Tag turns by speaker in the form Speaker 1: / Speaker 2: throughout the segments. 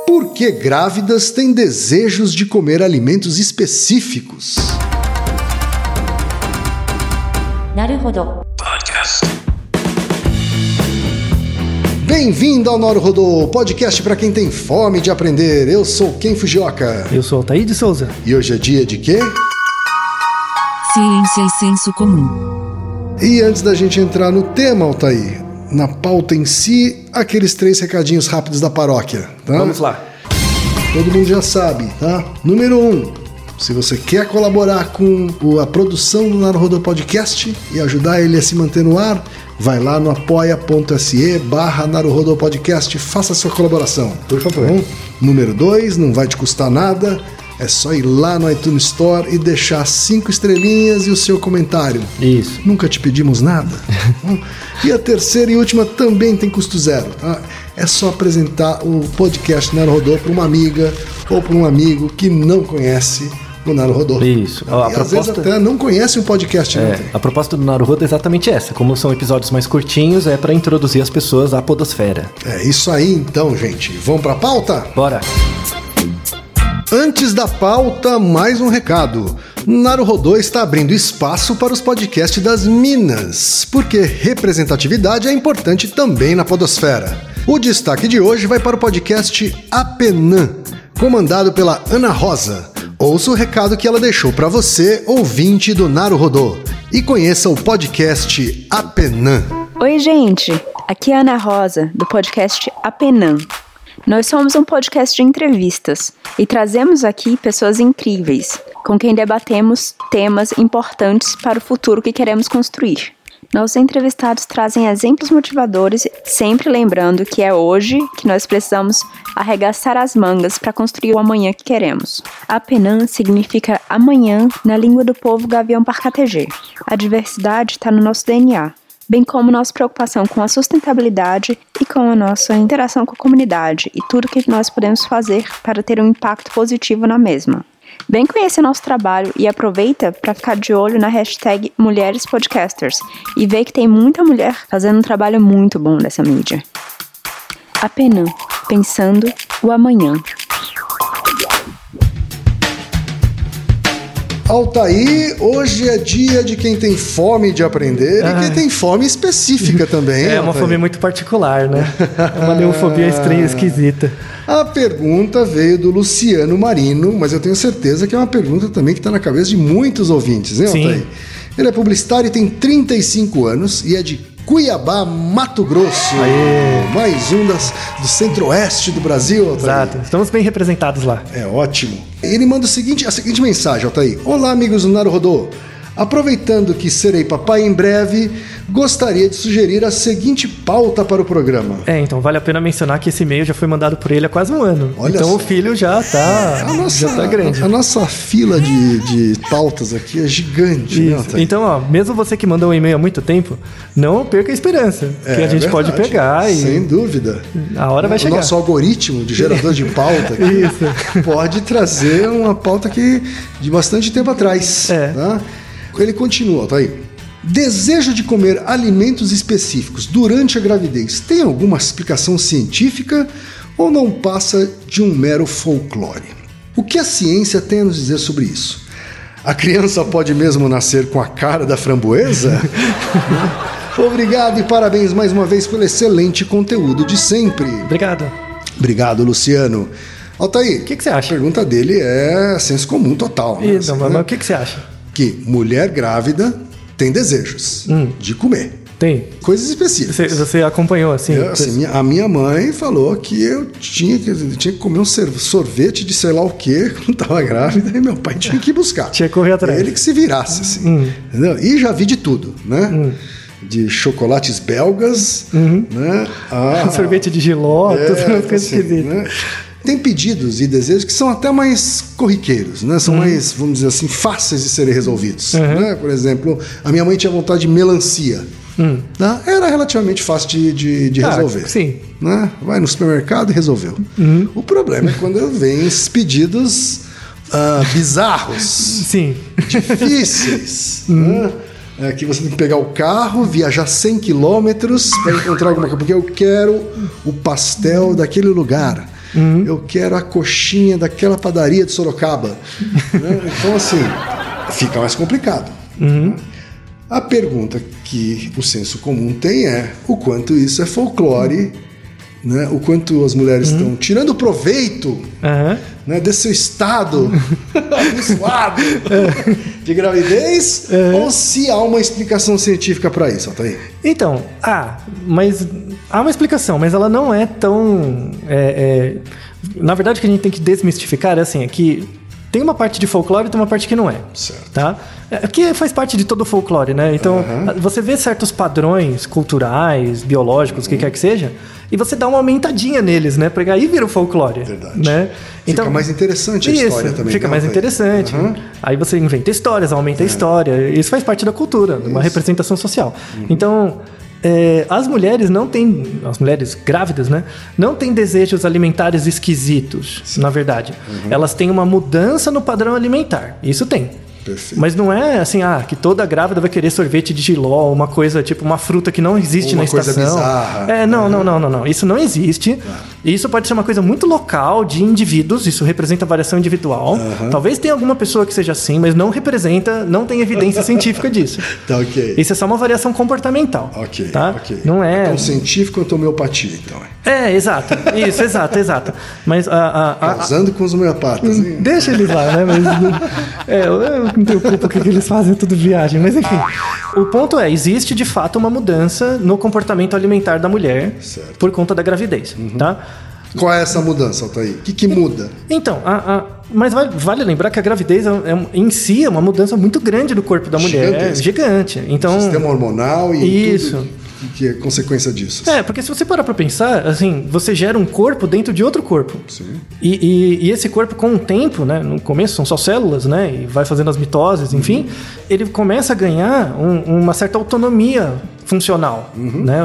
Speaker 1: Por que grávidas têm desejos de comer alimentos específicos?
Speaker 2: Naruhodo.
Speaker 1: Bem-vindo ao Naruhodo, podcast para quem tem fome de aprender. Eu sou Ken Fujioka.
Speaker 3: Eu sou Altair de Souza.
Speaker 1: E hoje é dia de quê?
Speaker 2: Ciência e senso comum.
Speaker 1: E antes da gente entrar no tema, Altair, na pauta em si, aqueles 3 recadinhos rápidos da paróquia, tá?
Speaker 3: Vamos lá.
Speaker 1: Todo mundo já sabe, tá? Número 1, se você quer colaborar com a produção do Naruhodo Podcast e ajudar ele a se manter no ar, vai lá no apoia.se/Naruhodo Podcast, faça a sua colaboração, por favor. Tá bom? Número 2, não vai te custar nada, é só ir lá no iTunes Store e deixar 5 estrelinhas e o seu comentário.
Speaker 3: Isso.
Speaker 1: Nunca te pedimos nada. E a terceira e última também tem custo zero, tá? É só apresentar o podcast Naruhodo para uma amiga ou para um amigo que não conhece o Naruhodo.
Speaker 3: Isso.
Speaker 1: Às vezes até não conhece o podcast.
Speaker 3: A proposta do Naruhodo é exatamente essa. Como são episódios mais curtinhos, é para introduzir as pessoas à podosfera.
Speaker 1: É isso aí então, gente. Vamos para a pauta?
Speaker 3: Bora!
Speaker 1: Antes da pauta, mais um recado. Naruhodo está abrindo espaço para os podcasts das Minas, porque representatividade é importante também na podosfera. O destaque de hoje vai para o podcast Apenã, comandado pela Ana Rosa. Ouça o recado que ela deixou para você, ouvinte do Naruhodo, e conheça o podcast Apenã.
Speaker 4: Oi, gente! Aqui é a Ana Rosa, do podcast Apenã. Nós somos um podcast de entrevistas e trazemos aqui pessoas incríveis, com quem debatemos temas importantes para o futuro que queremos construir. Nossos entrevistados trazem exemplos motivadores, sempre lembrando que é hoje que nós precisamos arregaçar as mangas para construir o amanhã que queremos. Apenã significa amanhã na língua do povo Gavião Parcategê. A diversidade está no nosso DNA, bem como nossa preocupação com a sustentabilidade e com a nossa interação com a comunidade e tudo que nós podemos fazer para ter um impacto positivo na mesma. Vem conhecer nosso trabalho e aproveita para ficar de olho na hashtag Mulheres Podcasters e ver que tem muita mulher fazendo um trabalho muito bom nessa mídia. Apenã, pensando o amanhã.
Speaker 1: Altair, hoje é dia de quem tem fome de aprender e quem tem fome específica também.
Speaker 3: É uma fome muito particular, né? É uma neofobia estranha, esquisita.
Speaker 1: A pergunta veio do Luciano Marino, mas eu tenho certeza que é uma pergunta também que está na cabeça de muitos ouvintes, hein, Altair?
Speaker 3: Sim.
Speaker 1: Ele é publicitário e tem 35 anos e é de Cuiabá, Mato Grosso.
Speaker 3: Aê.
Speaker 1: Mais um do centro-oeste do Brasil, Altair.
Speaker 3: Exato. Estamos bem representados lá.
Speaker 1: É ótimo. Ele manda a seguinte mensagem, Altair. Olá, amigos do Naruhodo. Aproveitando que serei papai em breve, gostaria de sugerir a seguinte pauta para o programa.
Speaker 3: Então vale a pena mencionar que esse e-mail já foi mandado por ele há quase um ano.
Speaker 1: Olha
Speaker 3: então
Speaker 1: só.
Speaker 3: O filho já tá grande.
Speaker 1: A nossa fila de pautas aqui é gigante, né, Altair?
Speaker 3: Então, mesmo você que mandou um e-mail há muito tempo, não perca a esperança, que a gente pode pegar e...
Speaker 1: Sem dúvida.
Speaker 3: A hora vai chegar.
Speaker 1: O nosso algoritmo de gerador de pauta aqui pode trazer uma pauta que de bastante tempo atrás. Tá? Ele continua, tá aí. Desejo de comer alimentos específicos durante a gravidez tem alguma explicação científica ou não passa de um mero folclore? O que a ciência tem a nos dizer sobre isso? A criança pode mesmo nascer com a cara da framboesa? Obrigado e parabéns mais uma vez pelo excelente conteúdo de sempre. Obrigado, Luciano. Altair,
Speaker 3: o que você acha?
Speaker 1: A pergunta dele é senso comum total.
Speaker 3: Mas o que você acha?
Speaker 1: Que mulher grávida tem desejos de comer.
Speaker 3: Tem.
Speaker 1: Coisas específicas.
Speaker 3: Você acompanhou assim?
Speaker 1: A minha mãe falou que eu tinha que comer um sorvete de sei lá o quê quando estava grávida e meu pai tinha que ir buscar.
Speaker 3: Tinha que correr atrás.
Speaker 1: Ele que se virasse, assim. Entendeu? E já vi de tudo, né? De chocolates belgas, né?
Speaker 3: Sorvete de giló, tudo coisa esquisita.
Speaker 1: Né? Tem pedidos e desejos que são até mais corriqueiros, né? São mais, vamos dizer assim, fáceis de serem resolvidos. Né? Por exemplo, a minha mãe tinha vontade de melancia. Tá? Era relativamente fácil de resolver.
Speaker 3: Sim.
Speaker 1: Né? Vai no supermercado e resolveu. O problema é quando vem esses pedidos bizarros,
Speaker 3: sim,
Speaker 1: difíceis, né? Que você tem que pegar o carro, viajar 100 quilômetros para encontrar alguma coisa, porque eu quero o pastel daquele lugar. Eu quero a coxinha daquela padaria de Sorocaba. Né? Então, assim, fica mais complicado. Né? A pergunta que o senso comum tem é o quanto isso é folclore, né? O quanto as mulheres estão tirando proveito né, desse seu estado abençoado de gravidez, ou se há uma explicação científica para isso, Altair?
Speaker 3: Então, mas há uma explicação, mas ela não é tão... Na verdade, o que a gente tem que desmistificar é que tem uma parte de folclore e tem uma parte que não é.
Speaker 1: Certo.
Speaker 3: Tá? Que faz parte de todo o folclore, né? Então, você vê certos padrões culturais, biológicos, o que quer que seja, e você dá uma aumentadinha neles, né? Porque aí vira o folclore.
Speaker 1: Verdade.
Speaker 3: Né? Então,
Speaker 1: fica mais interessante a história também.
Speaker 3: Fica mais interessante. Aí você inventa histórias, aumenta a história. Isso faz parte da cultura, uma representação social. Então... as mulheres não têm, as mulheres grávidas, né, não têm desejos alimentares esquisitos, na verdade. Elas têm uma mudança no padrão alimentar. Isso tem.
Speaker 1: Perfeito.
Speaker 3: Mas não é assim, que toda grávida vai querer sorvete de jiló, uma coisa tipo uma fruta que não existe na estação.
Speaker 1: Uma coisa bizarra.
Speaker 3: Não. Isso não existe. Isso pode ser uma coisa muito local de indivíduos, isso representa variação individual. Talvez tenha alguma pessoa que seja assim, mas não representa, não tem evidência científica disso.
Speaker 1: Tá, ok.
Speaker 3: Isso é só uma variação comportamental.
Speaker 1: Ok,
Speaker 3: tá?
Speaker 1: ok.
Speaker 3: Não é...
Speaker 1: Tão científico quanto homeopatia, então.
Speaker 3: Exato. Isso, exato. Mas
Speaker 1: casando com os homeopatas.
Speaker 3: Deixa eles lá, né? Mas eu não tenho culpa que eles fazem tudo viagem. Mas enfim, o ponto existe de fato uma mudança no comportamento alimentar da mulher por conta da gravidez, tá?
Speaker 1: Qual é essa mudança, Altair? O que muda?
Speaker 3: Então, mas vale lembrar que a gravidez em si é uma mudança muito grande do corpo da mulher. Gigante. Então,
Speaker 1: o sistema hormonal e
Speaker 3: isso.
Speaker 1: Tudo que é consequência disso.
Speaker 3: Porque se você parar pra pensar, assim, você gera um corpo dentro de outro corpo.
Speaker 1: Sim.
Speaker 3: E esse corpo, com o tempo, né, no começo são só células, né, e vai fazendo as mitoses, enfim, ele começa a ganhar uma certa autonomia funcional, né,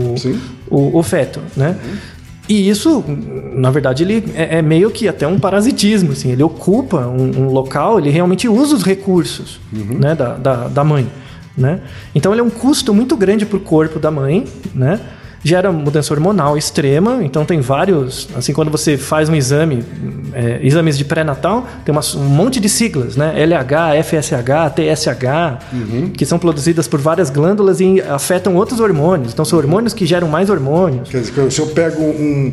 Speaker 3: o feto, né. E isso, na verdade, ele é meio que até um parasitismo, assim, ele ocupa um local, ele realmente usa os recursos, né, da mãe. Né? Então ele é um custo muito grande para o corpo da mãe, né? Gera mudança hormonal extrema. Então tem vários, assim, quando você faz um exame, exames de pré-natal, tem um monte de siglas, né? LH, FSH, TSH, que são produzidas por várias glândulas e afetam outros hormônios. Então são hormônios que geram mais hormônios.
Speaker 1: Quer dizer, se eu pego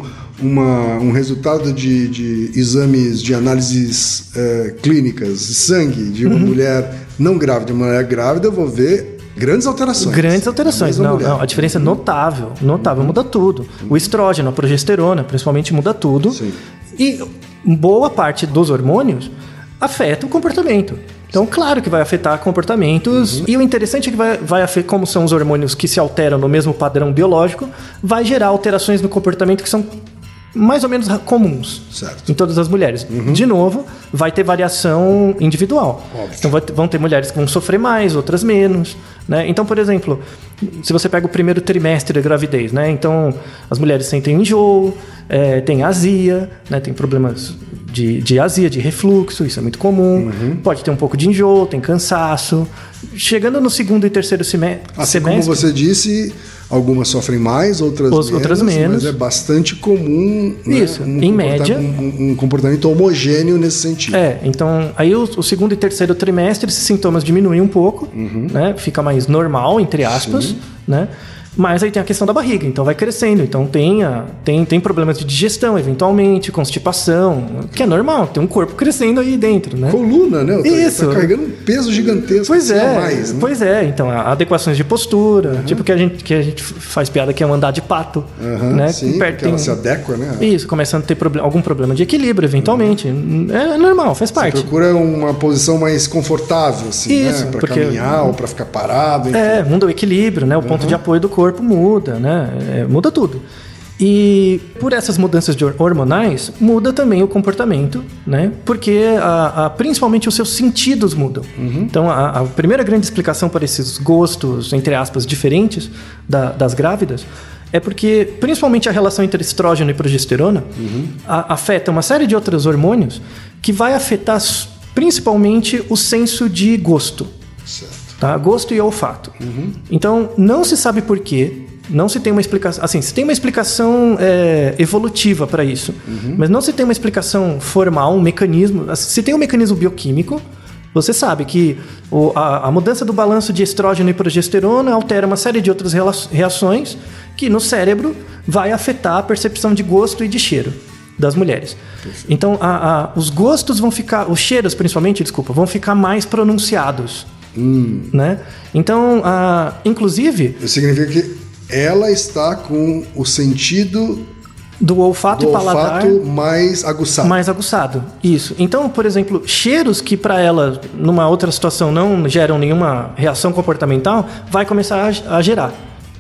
Speaker 1: um resultado de exames de análises clínicas, sangue de uma mulher não grávida e uma mulher grávida, eu vou ver grandes alterações. Não, a diferença é notável, muda tudo. O estrógeno, a progesterona, principalmente, muda tudo. Sim. E boa parte dos hormônios afeta o comportamento. Então, claro que vai afetar comportamentos. E o interessante é que vai afetar, como são os hormônios que se alteram no mesmo padrão biológico, vai gerar alterações no comportamento que são mais ou menos comuns em todas as mulheres. De novo, vai ter variação individual. Óbvio. Então vão ter mulheres que vão sofrer mais, outras menos, né? Então, por exemplo, se você pega o primeiro trimestre da gravidez, né? Então as mulheres sentem enjoo, tem azia, né? Tem problemas de azia, de refluxo, isso é muito comum. Pode ter um pouco de enjoo, tem cansaço. Chegando no segundo e terceiro semestre... Assim como você disse, algumas sofrem mais, outras menos. Mas é bastante comum,
Speaker 3: isso, em média,
Speaker 1: um comportamento homogêneo nesse sentido.
Speaker 3: Então aí o segundo e terceiro trimestre esses sintomas diminuem um pouco, né? Fica mais normal, entre aspas, né? Mas aí tem a questão da barriga, então vai crescendo. Então tem problemas de digestão, eventualmente, constipação, que é normal, tem um corpo crescendo aí dentro, né?
Speaker 1: Coluna, né?
Speaker 3: Isso.
Speaker 1: Tá carregando um peso gigantesco.
Speaker 3: Pois é,
Speaker 1: mais, né?
Speaker 3: Pois é. Então, adequações de postura, tipo que a gente faz piada que é um andar de pato, né?
Speaker 1: Sim, que ela se adequa, né?
Speaker 3: Isso, começando a ter algum problema de equilíbrio, eventualmente. É normal, faz parte.
Speaker 1: Você procura uma posição mais confortável, assim,
Speaker 3: isso,
Speaker 1: né? Pra caminhar ou pra ficar parado. Enfim.
Speaker 3: Muda o equilíbrio, né? O ponto de apoio do corpo muda, né? Muda tudo. E por essas mudanças hormonais, muda também o comportamento, né? Porque principalmente os seus sentidos mudam. Então, a primeira grande explicação para esses gostos, entre aspas, diferentes das grávidas é porque, principalmente, a relação entre estrógeno e progesterona afeta uma série de outros hormônios que vai afetar principalmente o senso de gosto.
Speaker 1: Certo.
Speaker 3: Tá? Gosto e olfato. Então, não se sabe por quê, Não se tem uma explicação... Assim, se tem uma explicação evolutiva para isso, mas não se tem uma explicação formal, um mecanismo... Se tem um mecanismo bioquímico, você sabe que a mudança do balanço de estrógeno e progesterona altera uma série de outras reações que no cérebro vai afetar a percepção de gosto e de cheiro das mulheres. Perfeito. Então, os gostos vão ficar... Os cheiros, principalmente, vão ficar mais pronunciados. Né? Então, inclusive...
Speaker 1: Isso significa que ela está com o sentido...
Speaker 3: Do olfato e paladar...
Speaker 1: mais aguçado.
Speaker 3: Mais aguçado, isso. Então, por exemplo, cheiros que para ela, numa outra situação, não geram nenhuma reação comportamental, vai começar a gerar.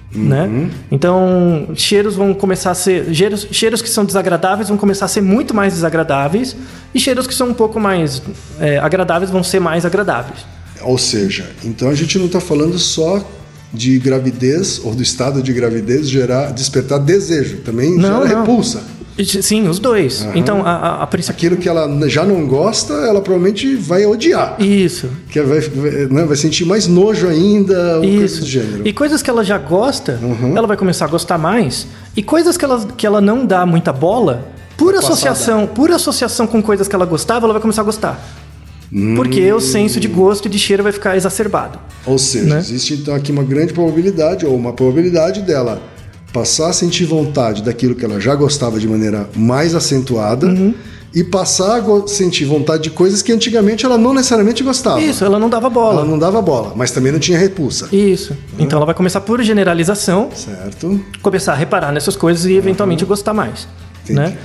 Speaker 3: Né? Então, cheiros vão começar a ser... Cheiros que são desagradáveis vão começar a ser muito mais desagradáveis, e cheiros que são um pouco mais agradáveis vão ser mais agradáveis.
Speaker 1: Ou seja, então a gente não está falando só de gravidez ou do estado de gravidez despertar desejo, também gera repulsa.
Speaker 3: Sim, os dois. Então,
Speaker 1: aquilo que ela já não gosta, ela provavelmente vai odiar.
Speaker 3: Isso.
Speaker 1: Que vai sentir mais nojo ainda, ou coisa do gênero.
Speaker 3: E coisas que ela já gosta, ela vai começar a gostar mais. E coisas que ela não dá muita bola, por associação com coisas que ela gostava, ela vai começar a gostar. Porque o senso de gosto e de cheiro vai ficar exacerbado.
Speaker 1: Ou seja, existe então aqui uma grande probabilidade, ou uma probabilidade dela passar a sentir vontade daquilo que ela já gostava de maneira mais acentuada e passar a sentir vontade de coisas que antigamente ela não necessariamente gostava.
Speaker 3: Isso, ela não dava bola.
Speaker 1: Ela não dava bola, mas também não tinha repulsa.
Speaker 3: Isso. Então ela vai começar por generalização,
Speaker 1: certo?
Speaker 3: Começar a reparar nessas coisas e eventualmente gostar mais. Entendi. Né?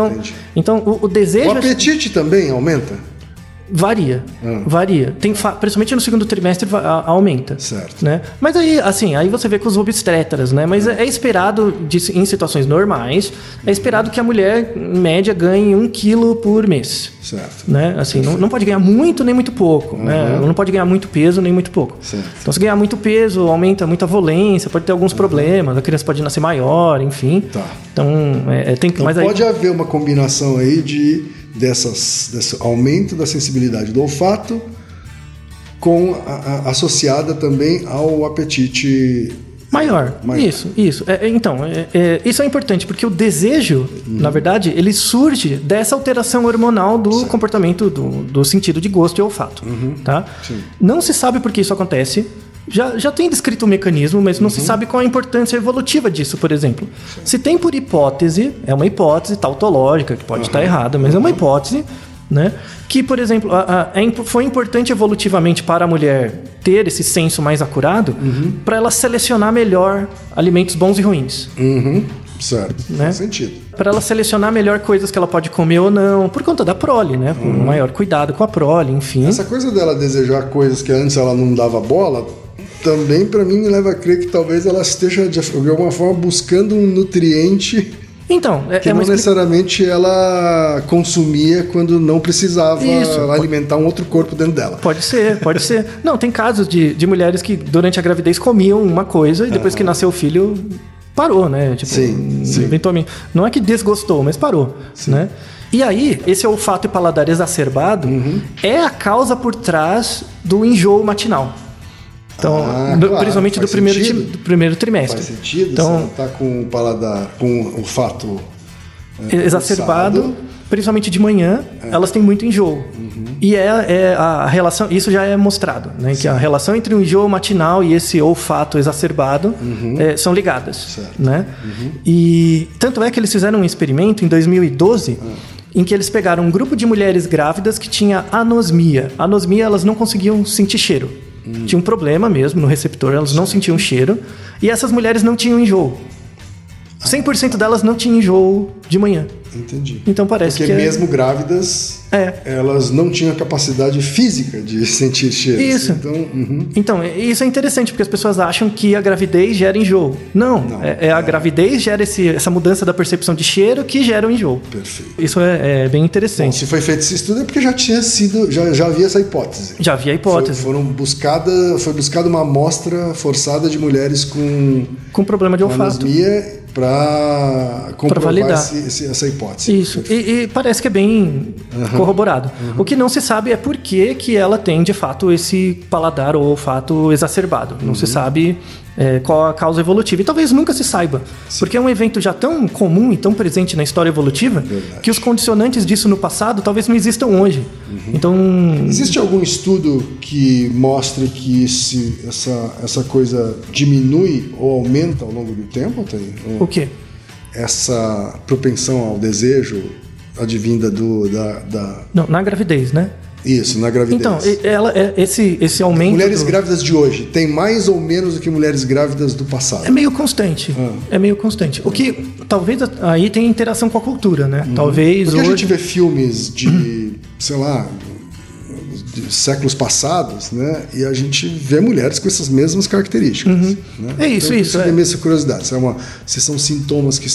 Speaker 3: Então o desejo...
Speaker 1: O apetite também aumenta?
Speaker 3: Varia. Principalmente no segundo trimestre aumenta.
Speaker 1: Certo.
Speaker 3: Né? Mas aí você vê com os obstetras, né? Mas é esperado, em situações normais, é esperado que a mulher, em média, ganhe 1 quilo por mês.
Speaker 1: Certo.
Speaker 3: Né? Assim, não pode ganhar muito nem muito pouco. Né? Não pode ganhar muito peso nem muito pouco.
Speaker 1: Certo.
Speaker 3: Então, se ganhar muito peso, aumenta muito a volência, pode ter alguns problemas, a criança pode nascer maior, enfim.
Speaker 1: Tá.
Speaker 3: Então,
Speaker 1: pode haver uma combinação aí desse aumento da sensibilidade do olfato associada também ao apetite
Speaker 3: maior. Isso. Isso é importante, porque o desejo, na verdade, ele surge dessa alteração hormonal do comportamento do sentido de gosto e olfato. Tá? Não se sabe por que isso acontece. Já tem descrito o mecanismo, mas não se sabe qual a importância evolutiva disso, por exemplo. Se tem por hipótese, é uma hipótese tautológica, que pode estar errada, mas é uma hipótese, né? Que, por exemplo, foi importante evolutivamente para a mulher ter esse senso mais acurado para ela selecionar melhor alimentos bons e ruins.
Speaker 1: Certo,
Speaker 3: né?
Speaker 1: Faz sentido.
Speaker 3: Para ela selecionar melhor coisas que ela pode comer ou não, por conta da prole, né? Com maior cuidado com a prole, enfim.
Speaker 1: Essa coisa dela desejar coisas que antes ela não dava bola, também para mim me leva a crer que talvez ela esteja de alguma forma buscando um nutriente que não necessariamente ela consumia quando não precisava alimentar um outro corpo dentro dela.
Speaker 3: Pode ser. Não, tem casos de mulheres que durante a gravidez comiam uma coisa e depois que nasceu o filho parou, né? Tipo,
Speaker 1: sim.
Speaker 3: Eventualmente. Não é que desgostou, mas parou, né? E aí, esse olfato e paladar exacerbado é a causa por trás do enjoo matinal. Então, principalmente do primeiro trimestre.
Speaker 1: Faz sentido,
Speaker 3: então,
Speaker 1: se ela está com o paladar, com o olfato
Speaker 3: exacerbado, principalmente de manhã, elas têm muito enjoo. E a relação, isso já é mostrado, né? Que a relação entre o enjoo matinal e esse olfato exacerbado são ligadas. Né? E tanto é que eles fizeram um experimento em 2012 em que eles pegaram um grupo de mulheres grávidas que tinha anosmia. Anosmia, elas não conseguiam sentir cheiro. Tinha um problema mesmo no receptor, elas não sentiam cheiro. E essas mulheres não tinham enjoo. 100% delas não tinham enjoo de manhã.
Speaker 1: Entendi.
Speaker 3: Então parece
Speaker 1: porque mesmo grávidas, elas não tinham a capacidade física de sentir cheiro.
Speaker 3: Isso. Então, isso é interessante, porque as pessoas acham que a gravidez gera enjoo. Não. A gravidez gera essa mudança da percepção de cheiro que gera o enjoo.
Speaker 1: Perfeito.
Speaker 3: Isso é bem interessante. Bom,
Speaker 1: se foi feito esse estudo é porque já havia essa hipótese.
Speaker 3: Já havia a hipótese.
Speaker 1: Foi buscada uma amostra forçada de mulheres com
Speaker 3: problema de olfato.
Speaker 1: Anosmia para comprovar essa hipótese.
Speaker 3: Isso. E parece que é bem corroborado. O que não se sabe é por que ela tem, de fato, esse paladar ou olfato exacerbado. Não se sabe qual a causa evolutiva. E talvez nunca se saiba. Sim. Porque é um evento já tão comum e tão presente na história evolutiva que os condicionantes disso no passado talvez não existam hoje. Então...
Speaker 1: Existe algum estudo que mostre que essa coisa diminui ou aumenta ao longo do tempo?
Speaker 3: O quê?
Speaker 1: Essa propensão ao desejo advinda
Speaker 3: Não, na gravidez, né?
Speaker 1: Isso, na gravidez.
Speaker 3: Então, esse aumento...
Speaker 1: Mulheres grávidas de hoje tem mais ou menos do que mulheres grávidas do passado?
Speaker 3: É meio constante. É meio constante. O que talvez aí tem interação com a cultura, né? Talvez
Speaker 1: porque
Speaker 3: hoje...
Speaker 1: a gente vê filmes de, sei lá, de séculos passados, né? E a gente vê mulheres com essas mesmas características. Né?
Speaker 3: É isso,
Speaker 1: então, tem essa curiosidade. Se são sintomas que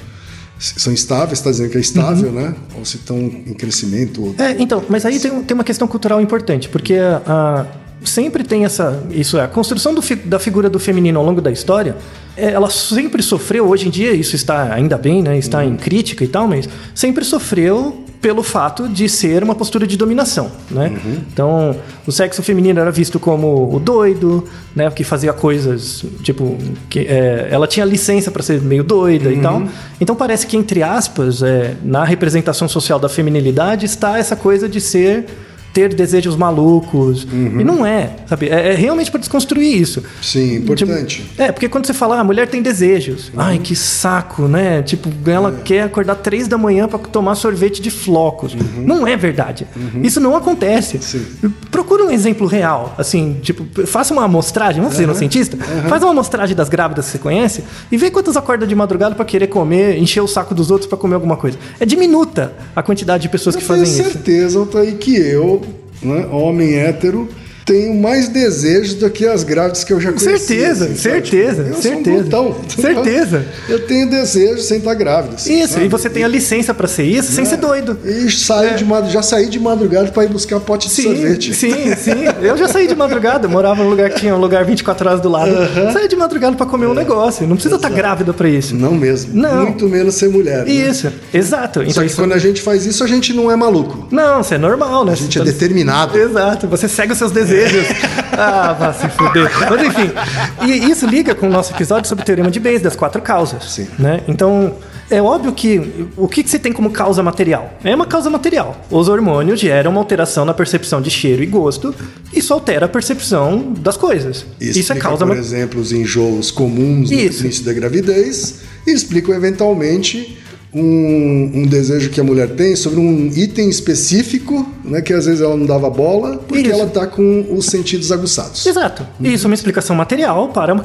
Speaker 1: são estáveis, está dizendo que é estável, né? Ou se estão em crescimento.
Speaker 3: Então, mas aí tem uma questão cultural importante, porque sempre tem a construção da figura do feminino ao longo da história, ela sempre sofreu, hoje em dia isso está ainda bem, né? Está em crítica e tal, mas sempre sofreu pelo fato de ser uma postura de dominação, né? Então, o sexo feminino era visto como o doido, né? Que fazia coisas, tipo... ela tinha licença para ser meio doida e tal. Então, parece que, entre aspas, na representação social da feminilidade está essa coisa de ter desejos malucos. E não sabe? É realmente para desconstruir isso.
Speaker 1: Sim, importante.
Speaker 3: Porque quando você fala, a mulher tem desejos. Ai, que saco, né? Tipo, ela quer acordar 3 da manhã para tomar sorvete de flocos. Não é verdade. Isso não acontece.
Speaker 1: Sim.
Speaker 3: Procura um exemplo real. Assim, tipo, faça uma amostragem. Vamos ser cientista? Faz uma amostragem das grávidas que você conhece e vê quantas acordam de madrugada para querer comer, encher o saco dos outros para comer alguma coisa. É diminuta a quantidade de pessoas que fazem isso.
Speaker 1: Eu tenho certeza, Altair, que eu, né, homem hétero, tenho mais desejos do que as grávidas que eu já conheci.
Speaker 3: Certeza.
Speaker 1: Sou um glutão.
Speaker 3: Certeza.
Speaker 1: Eu tenho desejo sem estar grávida.
Speaker 3: Isso, sabe? E você tem a licença para ser isso sem ser doido.
Speaker 1: E já saí de madrugada para ir buscar pote de sorvete.
Speaker 3: Sim. Eu já saí de madrugada, morava num lugar que tinha um lugar 24 horas do lado. Saí de madrugada para comer um negócio. Não precisa estar grávida para isso.
Speaker 1: Não mesmo. Não. Muito menos ser mulher.
Speaker 3: Isso, né? Exato.
Speaker 1: Só que quando a gente faz isso, a gente não é maluco.
Speaker 3: Não, isso é normal, né?
Speaker 1: A gente é determinado.
Speaker 3: Exato. Você segue os seus desejos. Vai se fuder. Mas enfim, e isso liga com o nosso episódio sobre o teorema de Bayes, das 4 causas.
Speaker 1: Sim.
Speaker 3: Né? Então, é óbvio que o que você tem como causa material? É uma causa material. Os hormônios geram uma alteração na percepção de cheiro e gosto, e isso altera a percepção das coisas.
Speaker 1: Isso é causa, por exemplo, os enjoos comuns no início da gravidez, e explicam eventualmente um desejo que a mulher tem sobre um item específico, né, que às vezes ela não dava bola porque ela está com os sentidos aguçados.
Speaker 3: Exato. Isso é uma explicação material para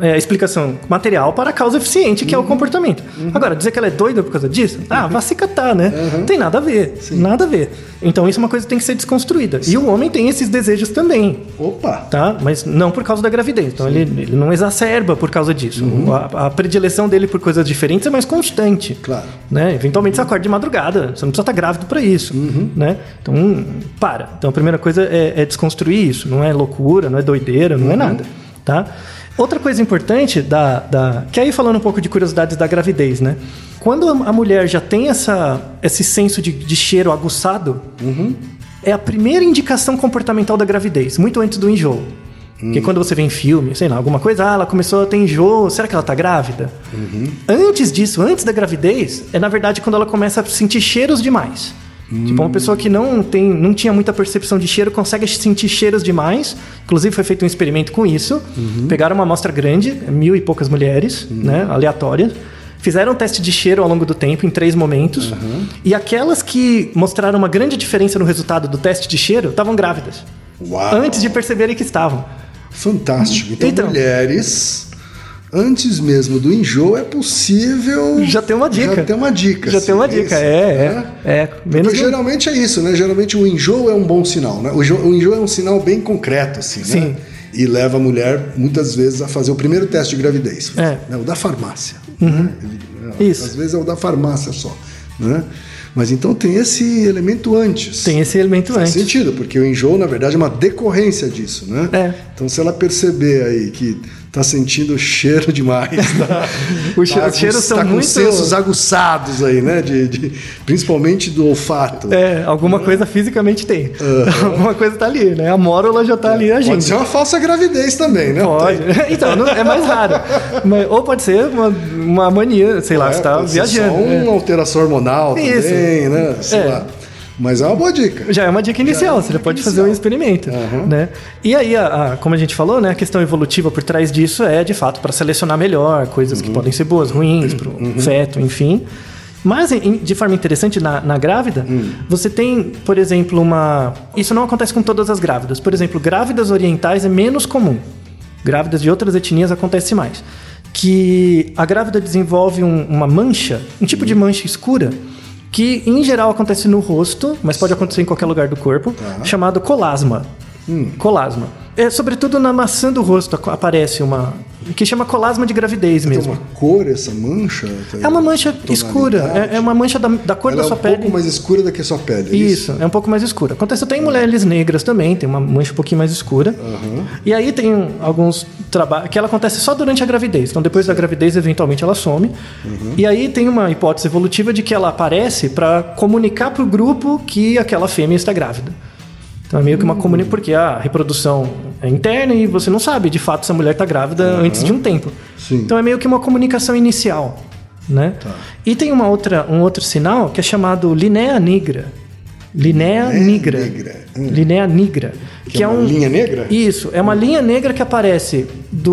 Speaker 3: a causa eficiente, que é o comportamento. Agora, dizer que ela é doida por causa disso? Vai se catar, né? Não tem nada a ver. Sim. Nada a ver. Então isso é uma coisa que tem que ser desconstruída. Sim. E o homem tem esses desejos também.
Speaker 1: Opa!
Speaker 3: Tá? Mas não por causa da gravidez. Então ele não exacerba por causa disso. A predileção dele por coisas diferentes é mais constante.
Speaker 1: Claro.
Speaker 3: Né? Eventualmente você acorda de madrugada, você não precisa estar grávido para isso, né? Então, para. Então a primeira coisa é desconstruir isso, não é loucura, não é doideira, não é nada, tá? Outra coisa importante que aí falando um pouco de curiosidades da gravidez, né? Quando a mulher já tem esse senso de cheiro aguçado, é a primeira indicação comportamental da gravidez, muito antes do enjoo. Porque quando você vê em filme, sei lá, alguma coisa, ela começou a ter enjoo, será que ela tá grávida? Antes disso, antes da gravidez, é na verdade quando ela começa a sentir cheiros demais. Tipo, uma pessoa que não tinha muita percepção de cheiro consegue sentir cheiros demais. Inclusive foi feito um experimento com isso. Pegaram uma amostra grande, 1.000 e poucas mulheres, né, aleatórias. Fizeram um teste de cheiro ao longo do tempo, em 3 momentos. E aquelas que mostraram uma grande diferença no resultado do teste de cheiro estavam grávidas.
Speaker 1: Uau.
Speaker 3: Antes de perceberem que estavam.
Speaker 1: Fantástico. Então, mulheres, antes mesmo do enjoo, é possível...
Speaker 3: Já tem uma dica.
Speaker 1: Porque geralmente é isso, né? Geralmente o enjoo é um bom sinal, né? O enjoo é um sinal bem concreto, assim, né?
Speaker 3: Sim.
Speaker 1: E leva a mulher, muitas vezes, a fazer o primeiro teste de gravidez. Né? O da farmácia. Né?
Speaker 3: Isso.
Speaker 1: Às vezes é o da farmácia só, né? Mas então tem esse elemento antes.
Speaker 3: Faz
Speaker 1: sentido, porque o enjoo, na verdade, é uma decorrência disso, né? Então, se ela perceber aí que tá sentindo cheiro demais. Tá?
Speaker 3: Os cheiros são
Speaker 1: com
Speaker 3: muito...
Speaker 1: sensos aguçados aí, né? Principalmente do olfato.
Speaker 3: Alguma coisa fisicamente tem. Alguma coisa tá ali, né? A mórula já tá ali agindo.
Speaker 1: Pode ser uma falsa gravidez também, né?
Speaker 3: Pode. Então, é mais raro. Ou pode ser uma mania, sei lá, você tá viajando.
Speaker 1: Só uma alteração hormonal também, né? Sei lá. Mas é uma boa dica.
Speaker 3: Já é uma dica inicial, você já pode fazer um experimento. Né? E aí, como a gente falou, né, a questão evolutiva por trás disso é, de fato, para selecionar melhor coisas que podem ser boas, ruins, para o feto, enfim. Mas, de forma interessante, na grávida, você tem, por exemplo, Isso não acontece com todas as grávidas. Por exemplo, grávidas orientais é menos comum. Grávidas de outras etnias acontece mais. Que a grávida desenvolve uma mancha, um tipo de mancha escura, que em geral acontece no rosto, mas pode acontecer em qualquer lugar do corpo, chamado colasma. Colasma. Sobretudo na maçã do rosto aparece que chama colasma de gravidez mesmo.
Speaker 1: Tem uma cor essa mancha?
Speaker 3: É uma mancha escura. É uma mancha da cor da sua pele.
Speaker 1: É um pouco mais escura do que a sua pele.
Speaker 3: Isso, é um pouco mais escura. Acontece até em mulheres negras também, tem uma mancha um pouquinho mais escura. E aí tem alguns trabalhos que ela acontece só durante a gravidez. Então depois da gravidez, eventualmente ela some. E aí tem uma hipótese evolutiva de que ela aparece para comunicar para o grupo que aquela fêmea está grávida. Então é meio que uma comunicação, porque a reprodução é interna e você não sabe, de fato, se a mulher está grávida antes de um tempo.
Speaker 1: Sim.
Speaker 3: Então é meio que uma comunicação inicial, né? E tem um outro sinal que é chamado linea nigra. Linea nigra. Linea nigra.
Speaker 1: Que é uma linha negra?
Speaker 3: Isso, é uma linha negra que aparece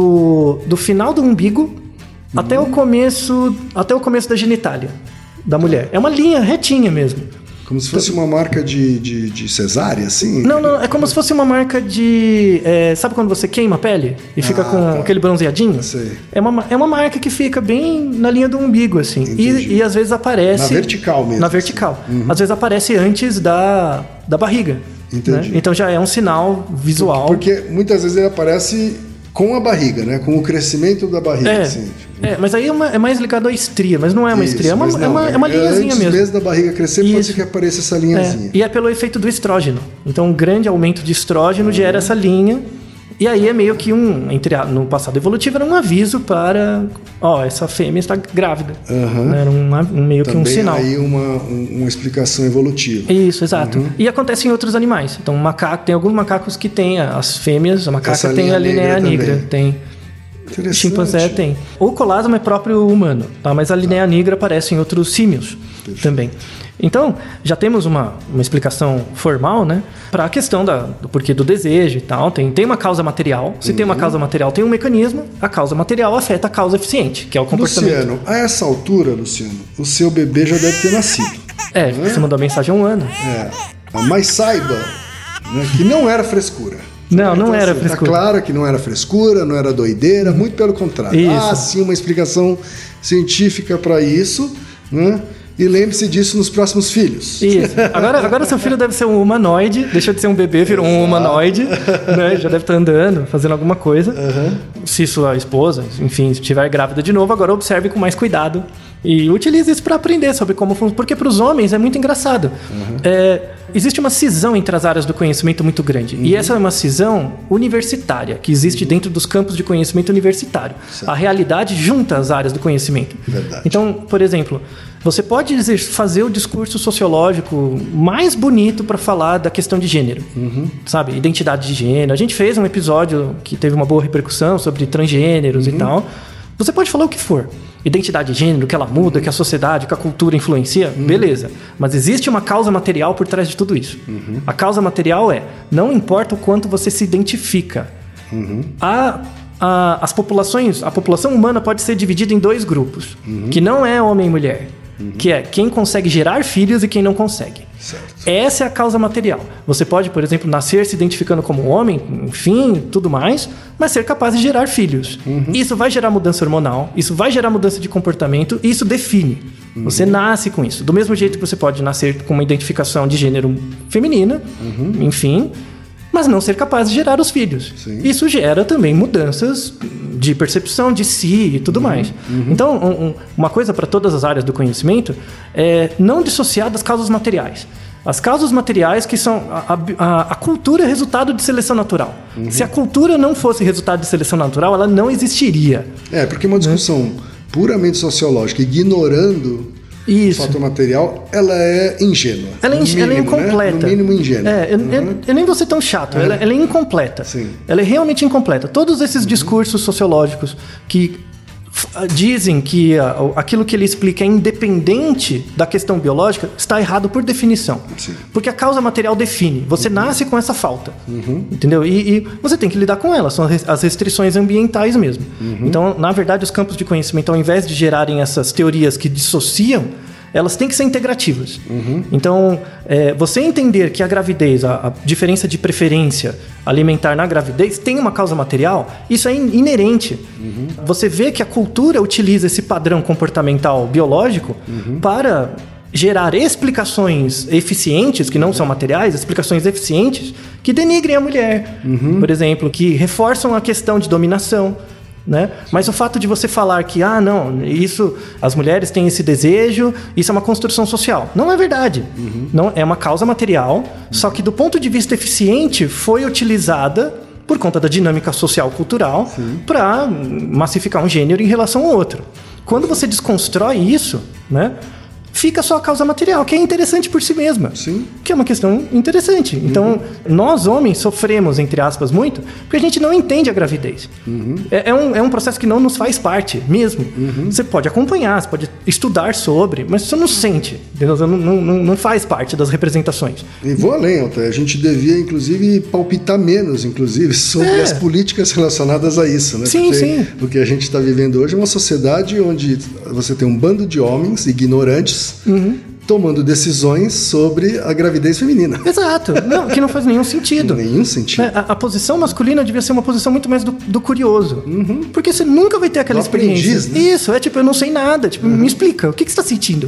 Speaker 3: do final do umbigo até o começo da genitália da mulher. É uma linha retinha mesmo.
Speaker 1: Como se fosse uma marca de cesárea, assim?
Speaker 3: Não, é como se fosse uma marca de... sabe quando você queima a pele e fica com aquele bronzeadinho?
Speaker 1: Sei.
Speaker 3: É uma marca que fica bem na linha do umbigo, assim. E às vezes aparece...
Speaker 1: Na vertical mesmo.
Speaker 3: Na vertical. Assim. Às vezes aparece antes da barriga.
Speaker 1: Entendi.
Speaker 3: Né? Então já é um sinal visual.
Speaker 1: Porque muitas vezes ele aparece com a barriga, né? Com o crescimento da barriga, assim.
Speaker 3: Mas aí é mais ligado à estria, mas não é uma estria, é uma linhazinha mesmo.
Speaker 1: Antes da barriga crescer, pode ser que apareça essa linhazinha.
Speaker 3: E é pelo efeito do estrógeno. Então, um grande aumento de estrógeno gera essa linha. E aí é meio que no passado evolutivo, era um aviso para... essa fêmea está grávida. Era meio que um sinal.
Speaker 1: Também aí uma explicação evolutiva.
Speaker 3: Isso, exato. E acontece em outros animais. Então, tem alguns macacos que têm as fêmeas, a macaca tem a linea nigra. Tem. Chimpanzé tem. O colasma é próprio humano, tá? Mas a linea nigra aparece em outros símios também. Então, já temos uma explicação formal, né? Para a questão do porquê do desejo e tal. Tem uma causa material. Se tem uma causa material, tem um mecanismo. A causa material afeta a causa eficiente, que é o comportamento.
Speaker 1: Luciano, a essa altura, Luciano, o seu bebê já deve ter nascido.
Speaker 3: Você mandou a mensagem há um ano.
Speaker 1: Mas saiba, né, que não era frescura.
Speaker 3: Não era frescura.
Speaker 1: Tá claro que não era frescura, não era doideira, muito pelo contrário.
Speaker 3: Isso.
Speaker 1: Há sim uma explicação científica para isso, né? E lembre-se disso nos próximos filhos.
Speaker 3: Isso. Agora seu filho deve ser um humanoide, deixou de ser um bebê, virou um humanoide, né? Já deve estar andando, fazendo alguma coisa. Se sua esposa, enfim, estiver grávida de novo, agora observe com mais cuidado. E utilize isso para aprender sobre como funciona. Porque para os homens é muito engraçado. Existe uma cisão entre as áreas do conhecimento muito grande. E essa é uma cisão universitária, que existe dentro dos campos de conhecimento universitário.
Speaker 1: Certo.
Speaker 3: A realidade junta as áreas do conhecimento.
Speaker 1: Verdade.
Speaker 3: Então, por exemplo, você pode fazer o discurso sociológico mais bonito para falar da questão de gênero. Sabe? Identidade de gênero. A gente fez um episódio que teve uma boa repercussão sobre transgêneros e tal. Você pode falar o que for. Identidade de gênero, que ela muda, que a sociedade, que a cultura influencia, beleza. Mas existe uma causa material por trás de tudo isso. A causa material não importa o quanto você se identifica. A população humana pode ser dividida em dois grupos, que não é homem e mulher. Que é quem consegue gerar filhos e quem não consegue.
Speaker 1: Certo.
Speaker 3: Essa é a causa material. Você pode, por exemplo, nascer se identificando como homem, enfim, tudo mais, mas ser capaz de gerar filhos. Isso vai gerar mudança hormonal, isso vai gerar mudança de comportamento, e isso define. Você nasce com isso. Do mesmo jeito que você pode nascer com uma identificação de gênero feminina, enfim, mas não ser capaz de gerar os filhos.
Speaker 1: Sim.
Speaker 3: Isso gera também mudanças de percepção de si e tudo mais. Então, uma coisa para todas as áreas do conhecimento é não dissociar das causas materiais. As causas materiais, que são... A cultura é resultado de seleção natural. Se a cultura não fosse resultado de seleção natural, ela não existiria.
Speaker 1: Porque uma discussão puramente sociológica, ignorando o fator material, ela é ingênua.
Speaker 3: Ela é incompleta.
Speaker 1: Né? No mínimo ingênua.
Speaker 3: Eu nem vou ser tão chato. Ela é incompleta.
Speaker 1: Sim.
Speaker 3: Ela é realmente incompleta. Todos esses discursos sociológicos que dizem que aquilo que ele explica é independente da questão biológica, está errado por definição.
Speaker 1: Sim. Porque
Speaker 3: a causa material define. Você nasce com essa falta. Entendeu? E você tem que lidar com ela. São as restrições ambientais mesmo. Então, na verdade, os campos de conhecimento, ao invés de gerarem essas teorias que dissociam, elas têm que ser integrativas. Então, você entender que a gravidez, a diferença de preferência alimentar na gravidez tem uma causa material, isso é inerente. Você vê que a cultura utiliza esse padrão comportamental biológico para gerar explicações eficientes, que não são materiais, explicações eficientes que denigrem a mulher, por exemplo, que reforçam a questão de dominação. Né? Mas o fato de você falar que isso, as mulheres têm esse desejo, isso é uma construção social, não é verdade. Não é uma causa material, só que do ponto de vista eficiente foi utilizada por conta da dinâmica social cultural para massificar um gênero em relação ao outro. Quando você desconstrói isso, né, fica só a causa material, que é interessante por si mesma.
Speaker 1: Sim.
Speaker 3: Que é uma questão interessante. Então, nós homens sofremos, entre aspas, muito, porque a gente não entende a gravidez. É um processo que não nos faz parte mesmo. Você pode acompanhar, você pode estudar sobre, mas você não sente. Entendeu? Não faz parte das representações.
Speaker 1: E vou além, Altair. A gente devia, inclusive, palpitar menos, inclusive, sobre as políticas relacionadas a isso. Né?
Speaker 3: Sim.
Speaker 1: O que a gente está vivendo hoje é uma sociedade onde você tem um bando de homens ignorantes tomando decisões sobre a gravidez feminina.
Speaker 3: Exato. Que não faz nenhum sentido.
Speaker 1: Nenhum sentido.
Speaker 3: A posição masculina devia ser uma posição muito mais do curioso. Porque você nunca vai ter aquela experiência.
Speaker 1: Aprendiz, né?
Speaker 3: Isso, eu não sei nada. Me explica, o que você está sentindo?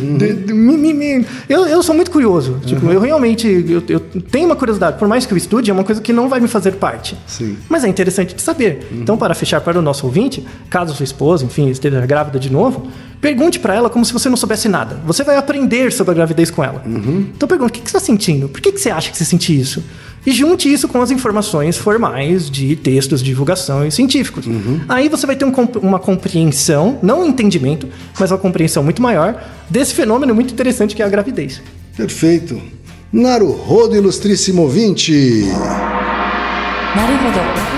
Speaker 3: Eu sou muito curioso. Eu realmente eu tenho uma curiosidade. Por mais que eu estude, é uma coisa que não vai me fazer parte.
Speaker 1: Sim.
Speaker 3: Mas é interessante de saber. Então, para fechar para o nosso ouvinte, caso sua esposa, enfim, esteja grávida de novo, pergunte para ela como se você não soubesse nada. Você vai aprender sobre a gravidez com ela. Então pergunta, o que você está sentindo? Por que você acha que você sente isso? E junte isso com as informações formais de textos de divulgação e científicos. Aí você vai ter uma compreensão, não um entendimento, mas uma compreensão muito maior desse fenômeno muito interessante que é a gravidez.
Speaker 1: Perfeito. Naruhodo, ilustríssimo ouvinte.
Speaker 2: Naruhodo.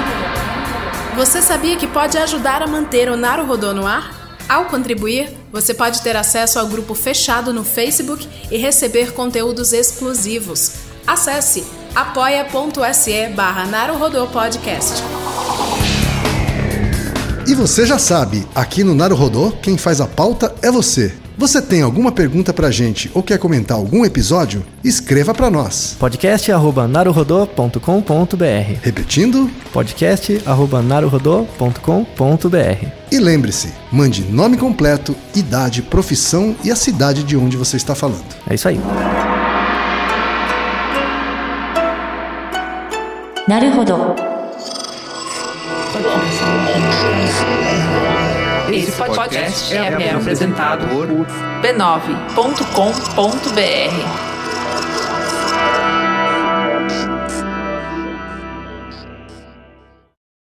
Speaker 5: Você sabia que pode ajudar a manter o Naruhodo no ar? Ao contribuir, você pode ter acesso ao grupo fechado no Facebook e receber conteúdos exclusivos. Acesse apoia.se/Naruhodô Podcast.
Speaker 1: E você já sabe, aqui no Naruhodô, quem faz a pauta é você. Você tem alguma pergunta pra gente ou quer comentar algum episódio? Escreva pra nós.
Speaker 3: podcast@naruhodô.com.br.
Speaker 1: Repetindo?
Speaker 3: podcast@naruhodô.com.br.
Speaker 1: E lembre-se, mande nome completo, idade, profissão e a cidade de onde você está falando.
Speaker 3: É isso aí.
Speaker 2: Naruhodo.
Speaker 6: Esse podcast é apresentado por b9.com.br.